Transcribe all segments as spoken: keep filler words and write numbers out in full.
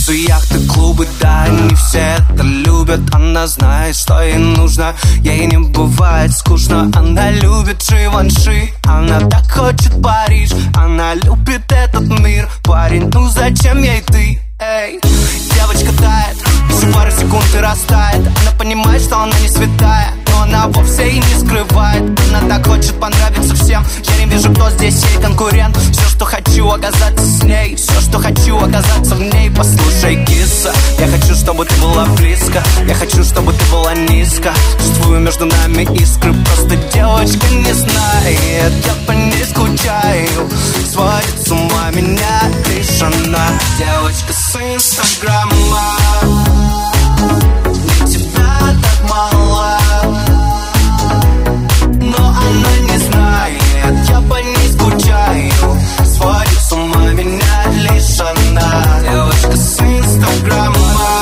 Вилласы, яхты, клубы, да, не все это любят. Она знает, что ей нужно, ей не бывает скучно. Она любит Живанши, она так хочет Париж. Она любит этот мир, парень, ну зачем ей ты? Эй, девочка тает, за пару секунд и растает. Она понимает, что она не святая, но она вовсе и не скрывает. Она так хочет понравиться всем. Я не вижу, кто здесь ей конкурент. Все, что хочу, оказаться с ней. Все, что хочу, оказаться в ней. Послушай, киса, я хочу, чтобы ты была близко. Я хочу, чтобы ты была низко. Чувствую между нами искры. Просто девочка не знает, я по ней скучаю. Сводит с ума меня лишь она. Девочка с инстаграма, ведь тебя так мало. Но она не знает, я по ней скучаю. Сводит с ума меня лишь она. Девочка с инстаграма,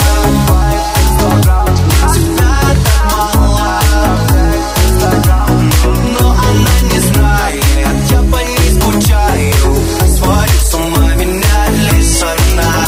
тебя так мало. Но она не знает, я по ней скучаю. Сводит с ума меня лишь она.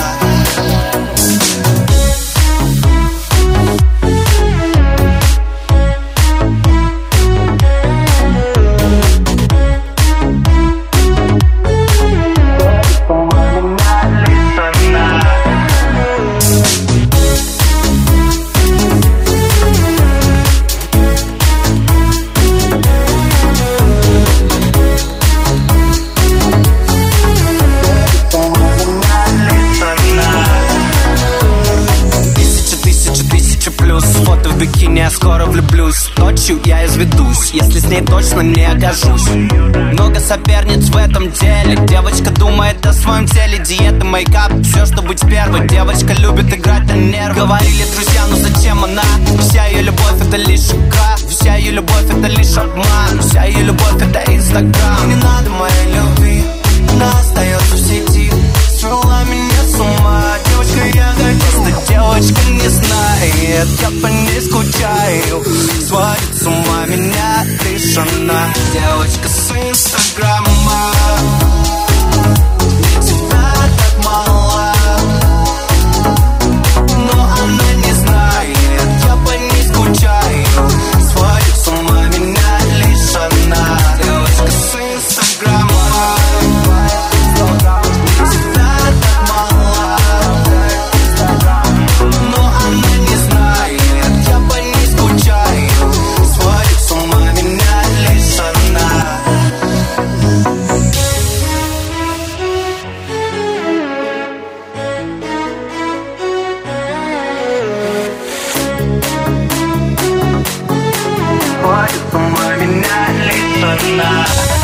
Я скоро влюблюсь, ночью я изведусь, если с ней точно не окажусь. Много соперниц в этом деле. Девочка думает о своем теле. Диета, мейкап, все, чтобы быть первой. Девочка любит играть на нервы. Говорили друзья, ну зачем она? Вся ее любовь это лишь игра. Вся ее любовь это лишь обман. Вся ее любовь это инстаграм. Не надо моей любви, она остается в сети. Свела меня с ума, девочка, я гордиста. Девочка не знает, я по ней скучаю. Сводит с ума меня лишь она. Девочка с инстаграма, ведь тебя так мало. Но она не знает, я по ней скучаю. Сводит с ума меня лишь она. Девочка с инстаграма, меня лишь одна.